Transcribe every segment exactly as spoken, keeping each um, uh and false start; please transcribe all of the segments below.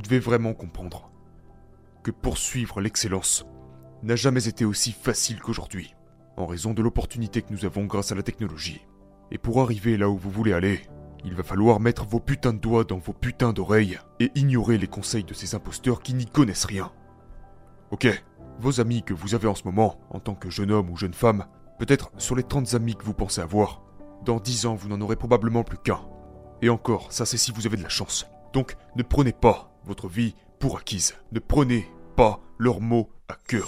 devez vraiment comprendre que poursuivre l'excellence n'a jamais été aussi facile qu'aujourd'hui, en raison de l'opportunité que nous avons grâce à la technologie. Et pour arriver là où vous voulez aller, il va falloir mettre vos putains de doigts dans vos putains d'oreilles et ignorer les conseils de ces imposteurs qui n'y connaissent rien. Ok, vos amis que vous avez en ce moment, en tant que jeune homme ou jeune femme, peut-être sur les trente amis que vous pensez avoir, dans dix ans vous n'en aurez probablement plus qu'un. Et encore, ça c'est si vous avez de la chance. Donc ne prenez pas votre vie pour acquise. Ne prenez pas leurs mots à cœur.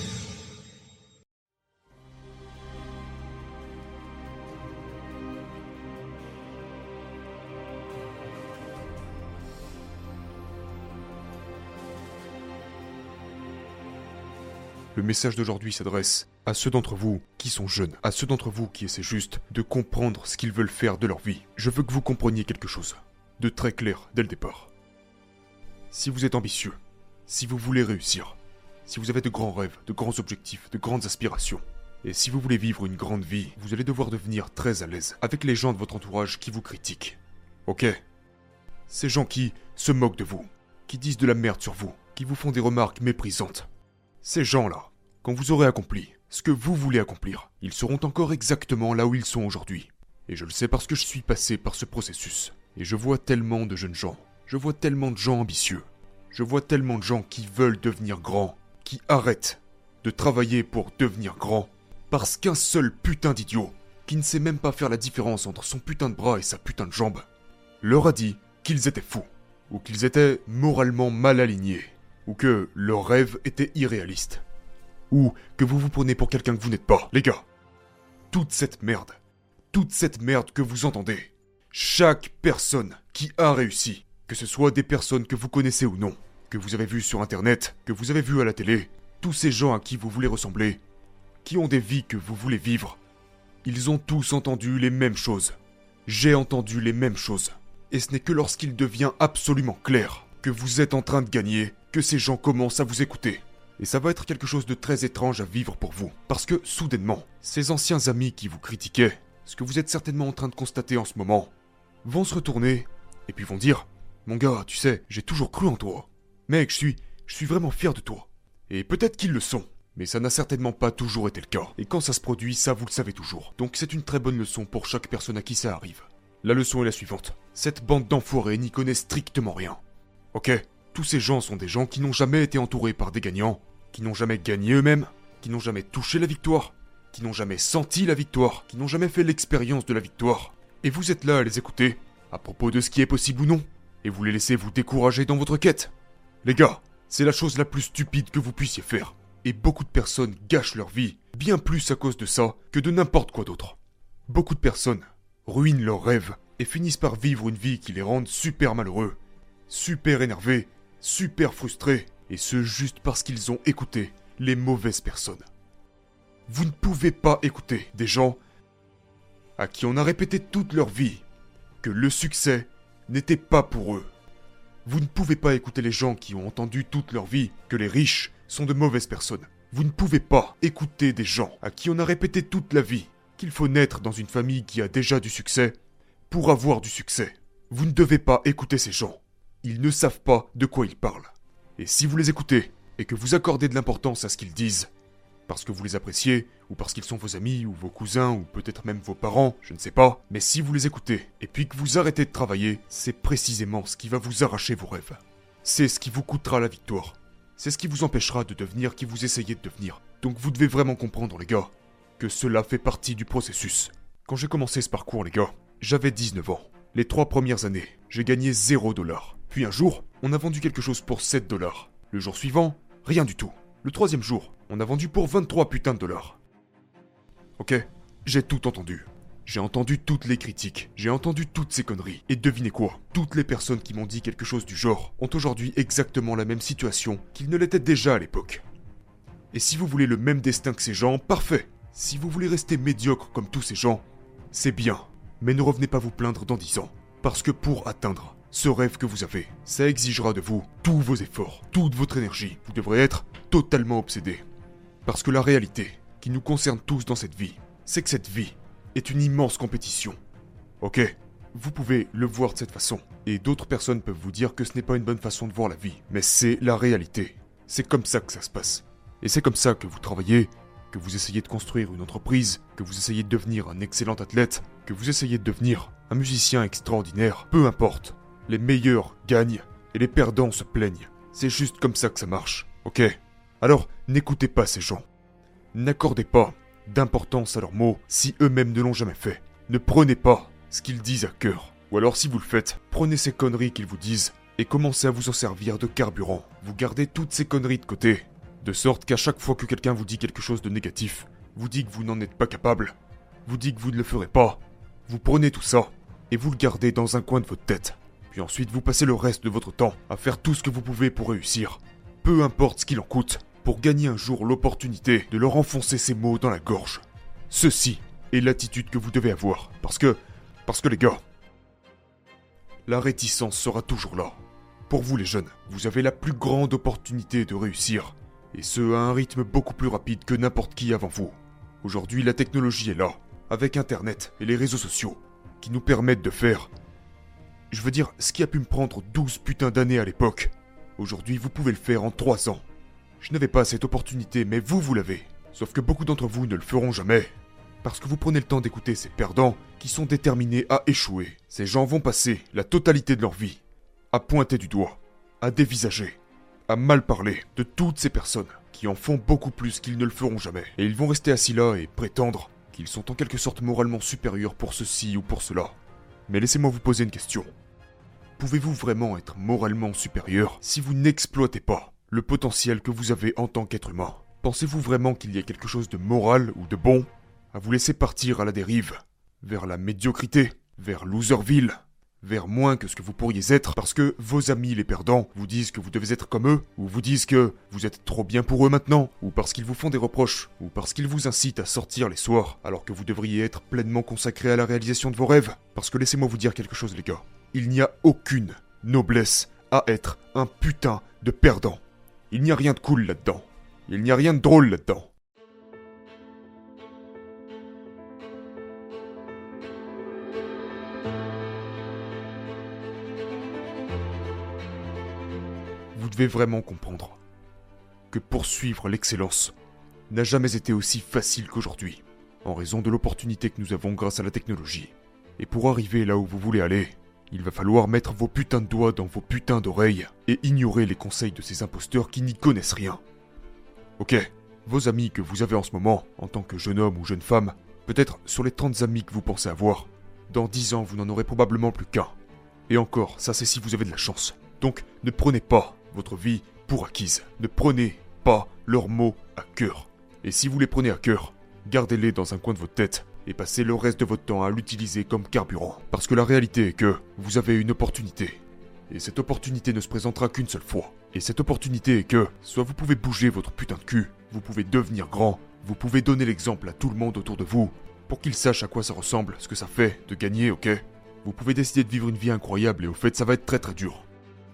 Le message d'aujourd'hui s'adresse à ceux d'entre vous qui sont jeunes, à ceux d'entre vous qui essaient juste de comprendre ce qu'ils veulent faire de leur vie. Je veux que vous compreniez quelque chose de très clair dès le départ. Si vous êtes ambitieux, si vous voulez réussir, si vous avez de grands rêves, de grands objectifs, de grandes aspirations, et si vous voulez vivre une grande vie, vous allez devoir devenir très à l'aise avec les gens de votre entourage qui vous critiquent. Ok ? Ces gens qui se moquent de vous, qui disent de la merde sur vous, qui vous font des remarques méprisantes. Ces gens-là, quand vous aurez accompli ce que vous voulez accomplir, ils seront encore exactement là où ils sont aujourd'hui. Et je le sais parce que je suis passé par ce processus. Et je vois tellement de jeunes gens, je vois tellement de gens ambitieux, je vois tellement de gens qui veulent devenir grands, qui arrêtent de travailler pour devenir grands, parce qu'un seul putain d'idiot, qui ne sait même pas faire la différence entre son putain de bras et sa putain de jambe, leur a dit qu'ils étaient fous, ou qu'ils étaient moralement mal alignés, ou que leurs rêves étaient irréalistes, ou que vous vous prenez pour quelqu'un que vous n'êtes pas. Les gars, toute cette merde, toute cette merde que vous entendez, chaque personne qui a réussi, que ce soit des personnes que vous connaissez ou non, que vous avez vues sur internet, que vous avez vues à la télé, tous ces gens à qui vous voulez ressembler, qui ont des vies que vous voulez vivre, ils ont tous entendu les mêmes choses. J'ai entendu les mêmes choses. Et ce n'est que lorsqu'il devient absolument clair que vous êtes en train de gagner, que ces gens commencent à vous écouter. Et ça va être quelque chose de très étrange à vivre pour vous. Parce que, soudainement, ces anciens amis qui vous critiquaient, ce que vous êtes certainement en train de constater en ce moment, vont se retourner, et puis vont dire « Mon gars, tu sais, j'ai toujours cru en toi. Mec, je suis, je suis vraiment fier de toi. » Et peut-être qu'ils le sont, mais ça n'a certainement pas toujours été le cas. Et quand ça se produit, ça vous le savez toujours. Donc c'est une très bonne leçon pour chaque personne à qui ça arrive. La leçon est la suivante. Cette bande d'enfoirés n'y connaît strictement rien. Ok, tous ces gens sont des gens qui n'ont jamais été entourés par des gagnants, qui n'ont jamais gagné eux-mêmes, qui n'ont jamais touché la victoire, qui n'ont jamais senti la victoire, qui n'ont jamais fait l'expérience de la victoire. Et vous êtes là à les écouter, à propos de ce qui est possible ou non, et vous les laissez vous décourager dans votre quête. Les gars, c'est la chose la plus stupide que vous puissiez faire. Et beaucoup de personnes gâchent leur vie, bien plus à cause de ça que de n'importe quoi d'autre. Beaucoup de personnes ruinent leurs rêves et finissent par vivre une vie qui les rende super malheureux, super énervés, super frustrés, et ce juste parce qu'ils ont écouté les mauvaises personnes. Vous ne pouvez pas écouter des gens à qui on a répété toute leur vie que le succès n'était pas pour eux. Vous ne pouvez pas écouter les gens qui ont entendu toute leur vie que les riches sont de mauvaises personnes. Vous ne pouvez pas écouter des gens à qui on a répété toute la vie qu'il faut naître dans une famille qui a déjà du succès pour avoir du succès. Vous ne devez pas écouter ces gens. Ils ne savent pas de quoi ils parlent. Et si vous les écoutez, et que vous accordez de l'importance à ce qu'ils disent, parce que vous les appréciez, ou parce qu'ils sont vos amis, ou vos cousins, ou peut-être même vos parents, je ne sais pas, mais si vous les écoutez, et puis que vous arrêtez de travailler, c'est précisément ce qui va vous arracher vos rêves. C'est ce qui vous coûtera la victoire. C'est ce qui vous empêchera de devenir qui vous essayez de devenir. Donc vous devez vraiment comprendre, les gars, que cela fait partie du processus. Quand j'ai commencé ce parcours, les gars, j'avais dix-neuf ans. Les trois premières années, j'ai gagné zéro dollar. Puis un jour, on a vendu quelque chose pour sept dollars. Le jour suivant, rien du tout. Le troisième jour, on a vendu pour vingt-trois putains de dollars. Ok, j'ai tout entendu. J'ai entendu toutes les critiques, j'ai entendu toutes ces conneries. Et devinez quoi? Toutes les personnes qui m'ont dit quelque chose du genre ont aujourd'hui exactement la même situation qu'ils ne l'étaient déjà à l'époque. Et si vous voulez le même destin que ces gens, parfait. Si vous voulez rester médiocre comme tous ces gens, c'est bien. Mais ne revenez pas vous plaindre dans dix ans. Parce que pour atteindre ce rêve que vous avez, ça exigera de vous tous vos efforts, toute votre énergie. Vous devrez être totalement obsédé. Parce que la réalité qui nous concerne tous dans cette vie, c'est que cette vie est une immense compétition. Ok, vous pouvez le voir de cette façon. Et d'autres personnes peuvent vous dire que ce n'est pas une bonne façon de voir la vie. Mais c'est la réalité. C'est comme ça que ça se passe. Et c'est comme ça que vous travaillez, que vous essayez de construire une entreprise, que vous essayez de devenir un excellent athlète, que vous essayez de devenir un musicien extraordinaire. Peu importe. Les meilleurs gagnent et les perdants se plaignent. C'est juste comme ça que ça marche, ok? Alors, n'écoutez pas ces gens. N'accordez pas d'importance à leurs mots si eux-mêmes ne l'ont jamais fait. Ne prenez pas ce qu'ils disent à cœur. Ou alors si vous le faites, prenez ces conneries qu'ils vous disent et commencez à vous en servir de carburant. Vous gardez toutes ces conneries de côté. De sorte qu'à chaque fois que quelqu'un vous dit quelque chose de négatif, vous dit que vous n'en êtes pas capable, vous dit que vous ne le ferez pas, vous prenez tout ça et vous le gardez dans un coin de votre tête. Puis ensuite vous passez le reste de votre temps à faire tout ce que vous pouvez pour réussir. Peu importe ce qu'il en coûte, pour gagner un jour l'opportunité de leur enfoncer ces mots dans la gorge. Ceci est l'attitude que vous devez avoir. Parce que, parce que les gars, la réticence sera toujours là. Pour vous les jeunes, vous avez la plus grande opportunité de réussir. Et ce, à un rythme beaucoup plus rapide que n'importe qui avant vous. Aujourd'hui, la technologie est là, avec Internet et les réseaux sociaux, qui nous permettent de faire... Je veux dire, ce qui a pu me prendre douze putains d'années à l'époque. Aujourd'hui, vous pouvez le faire en trois ans. Je n'avais pas cette opportunité, mais vous, vous l'avez. Sauf que beaucoup d'entre vous ne le feront jamais. Parce que vous prenez le temps d'écouter ces perdants qui sont déterminés à échouer. Ces gens vont passer la totalité de leur vie à pointer du doigt, à dévisager, à mal parler de toutes ces personnes qui en font beaucoup plus qu'ils ne le feront jamais. Et ils vont rester assis là et prétendre qu'ils sont en quelque sorte moralement supérieurs pour ceci ou pour cela. Mais laissez-moi vous poser une question. Pouvez-vous vraiment être moralement supérieur si vous n'exploitez pas le potentiel que vous avez en tant qu'être humain? Pensez-vous vraiment qu'il y a quelque chose de moral ou de bon à vous laisser partir à la dérive, vers la médiocrité, vers Loserville, vers moins que ce que vous pourriez être parce que vos amis les perdants vous disent que vous devez être comme eux, ou vous disent que vous êtes trop bien pour eux maintenant, ou parce qu'ils vous font des reproches, ou parce qu'ils vous incitent à sortir les soirs alors que vous devriez être pleinement consacré à la réalisation de vos rêves? Parce que laissez-moi vous dire quelque chose les gars, il n'y a aucune noblesse à être un putain de perdant. Il n'y a rien de cool là-dedans. Il n'y a rien de drôle là-dedans. Vous devez vraiment comprendre que poursuivre l'excellence n'a jamais été aussi facile qu'aujourd'hui, en raison de l'opportunité que nous avons grâce à la technologie. Et pour arriver là où vous voulez aller, il va falloir mettre vos putains de doigts dans vos putains d'oreilles et ignorer les conseils de ces imposteurs qui n'y connaissent rien. Ok, vos amis que vous avez en ce moment, en tant que jeune homme ou jeune femme, peut-être sur les trente amis que vous pensez avoir, dans dix ans vous n'en aurez probablement plus qu'un. Et encore, ça c'est si vous avez de la chance. Donc ne prenez pas votre vie pour acquise. Ne prenez pas leurs mots à cœur. Et si vous les prenez à cœur, gardez-les dans un coin de votre tête et passez le reste de votre temps à l'utiliser comme carburant. Parce que la réalité est que vous avez une opportunité. Et cette opportunité ne se présentera qu'une seule fois. Et cette opportunité est que, soit vous pouvez bouger votre putain de cul, vous pouvez devenir grand, vous pouvez donner l'exemple à tout le monde autour de vous, pour qu'ils sachent à quoi ça ressemble, ce que ça fait de gagner, ok? Vous pouvez décider de vivre une vie incroyable et au fait ça va être très très dur.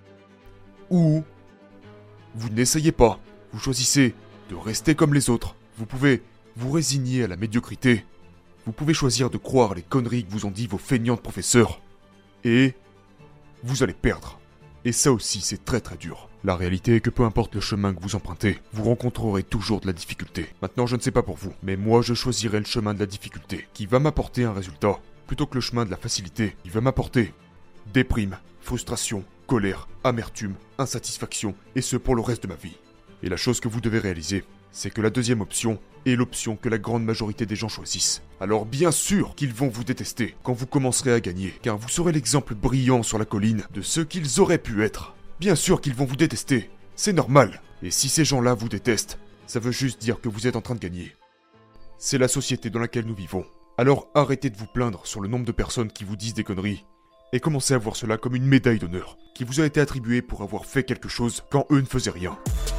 Ou, vous n'essayez pas, vous choisissez de rester comme les autres, vous pouvez vous résigner à la médiocrité, vous pouvez choisir de croire les conneries que vous ont dit vos feignants de professeurs, et vous allez perdre. Et ça aussi c'est très très dur. La réalité est que peu importe le chemin que vous empruntez, vous rencontrerez toujours de la difficulté. Maintenant je ne sais pas pour vous, mais moi je choisirai le chemin de la difficulté, qui va m'apporter un résultat, plutôt que le chemin de la facilité, qui va m'apporter déprime, frustration, colère, amertume, insatisfaction, et ce pour le reste de ma vie. Et la chose que vous devez réaliser, c'est que la deuxième option est l'option que la grande majorité des gens choisissent. Alors bien sûr qu'ils vont vous détester quand vous commencerez à gagner, car vous serez l'exemple brillant sur la colline de ce qu'ils auraient pu être. Bien sûr qu'ils vont vous détester, c'est normal. Et si ces gens-là vous détestent, ça veut juste dire que vous êtes en train de gagner. C'est la société dans laquelle nous vivons. Alors arrêtez de vous plaindre sur le nombre de personnes qui vous disent des conneries, et commencez à voir cela comme une médaille d'honneur, qui vous a été attribuée pour avoir fait quelque chose quand eux ne faisaient rien.